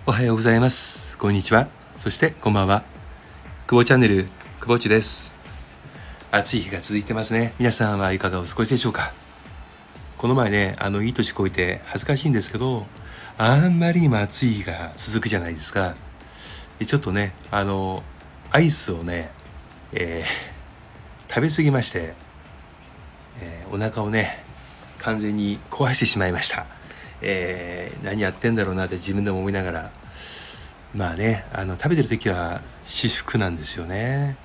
おはようございます。こんにちは。そしてこんばんは。久保チャンネル、久保地です。暑い日が続いてますね。皆さんはいかがお過ごしでしょうか。この前ね、いい年こいて恥ずかしいんですけど、あんまりにも暑い日が続くじゃないですか。ちょっとね、アイスをね、食べ過ぎまして、お腹をね、完全に壊してしまいました。何やってんだろうなって自分でも思いながら、まあね、食べてる時は至福なんですよね。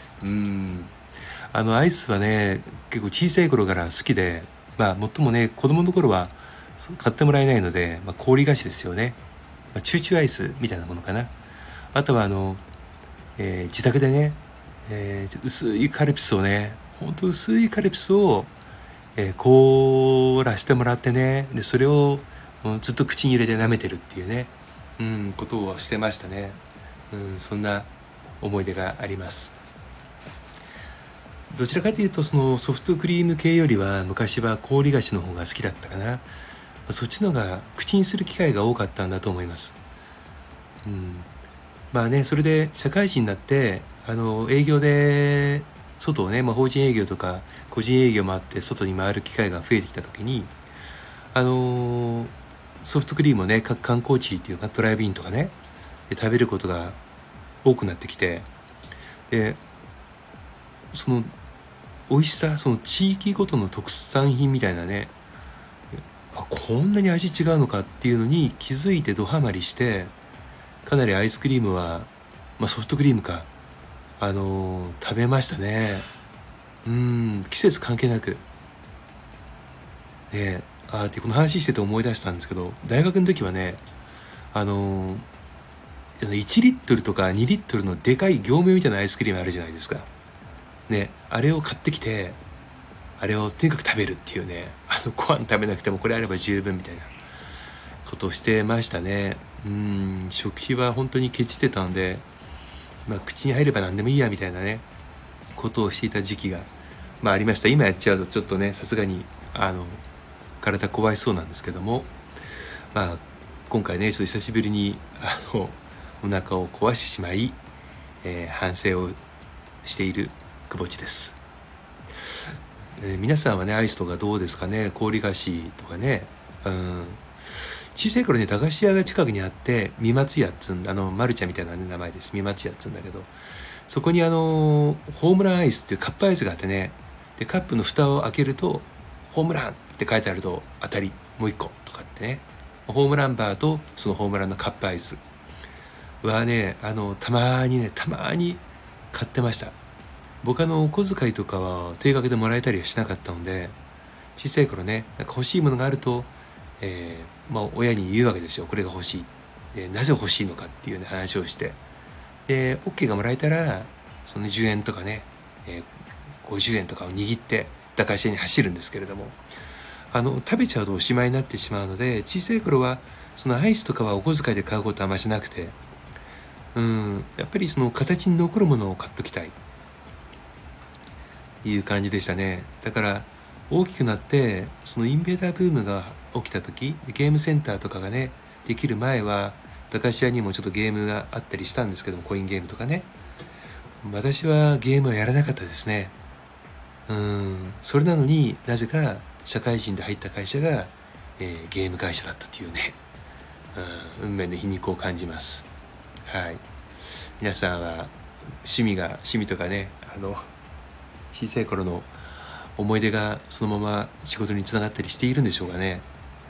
アイスはね、結構小さい頃から好きで、もっともね、子供の頃は買ってもらえないので、氷菓子ですよね。チューチューアイスみたいなものかな。あとは自宅でね、薄いカルピスをね、ほんと薄いカルピスを、凍らしてもらってね、でそれをもうずっと口に入れて舐めてるっていうね、ことをしてましたね。そんな思い出があります。どちらかというとそのソフトクリーム系よりは昔は氷菓子の方が好きだったかな。そっちの方が口にする機会が多かったんだと思います。それで社会人になって営業で外をね、法人営業とか個人営業もあって外に回る機会が増えてきた時にソフトクリームをね、各観光地っていうかドライブインとかねで食べることが多くなってきて、でその美味しさ、その地域ごとの特産品みたいなね、こんなに味違うのかっていうのに気づいてドハマりして、かなりアイスクリームは、ソフトクリームか食べましたね。季節関係なくね。でこの話してて思い出したんですけど、大学の時はね1リットルとか2リットルのでかい業務用みたいなアイスクリームあるじゃないですかね。あれを買ってきて、あれをとにかく食べるっていうね、ご飯食べなくてもこれあれば十分みたいなことをしてましたね。食費は本当にケチってたんで、口に入れば何でもいいやみたいなねことをしていた時期がありました。今やっちゃうとちょっとね、さすがに体壊しそうなんですけども、今回ねちょっと久しぶりにお腹を壊してしまい、反省をしている久保地です。皆さんはねアイスとかどうですかね。氷菓子とかね。小さい頃ね駄菓子屋が近くにあって、三松屋っつうんだ、マルちゃんみたいな、名前です。三松屋っつうんだけど、そこにホームランアイスっていうカップアイスがあってね、でカップの蓋を開けるとホームランって書いてあると当たりもう一個とかってね、ホームランバーとそのホームランのカップアイスはね、たまに買ってました。僕お小遣いとかは定額でもらえたりはしなかったので、小さい頃ね、欲しいものがあると、親に言うわけですよ。これが欲しい。でなぜ欲しいのかっていう、ね、話をして、で OK がもらえたらその10円とかね、50円とかを握って駄菓子屋に走るんですけれども、食べちゃうとおしまいになってしまうので、小さい頃はそのアイスとかはお小遣いで買うことはあんましなくて、やっぱりその形に残るものを買っときたいいう感じでしたね。だから大きくなってそのインベーダーブームが起きた時、ゲームセンターとかがねできる前は駄菓子屋にもちょっとゲームがあったりしたんですけども、コインゲームとかね。私はゲームはやらなかったですね。それなのになぜか社会人で入った会社が、ゲーム会社だったというね、運命の皮肉を感じます。はい。皆さんは趣味とかね、小さい頃の思い出がそのまま仕事につながったりしているんでしょうかね。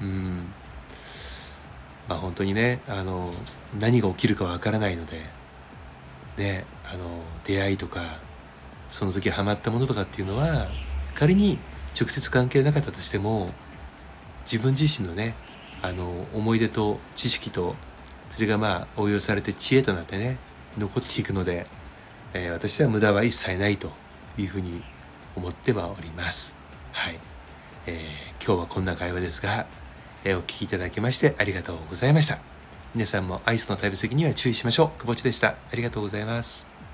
本当にね、何が起きるかわからないのでね、出会いとかその時ハマったものとかっていうのは仮に直接関係なかったとしても、自分自身のね思い出と知識と、それが応用されて知恵となってね残っていくので、私は無駄は一切ないというふうに思ってはおります。はい。今日はこんな会話ですが、お聞きいただきましてありがとうございました。皆さんもアイスの食べ過ぎには注意しましょう。久保地でした。ありがとうございます。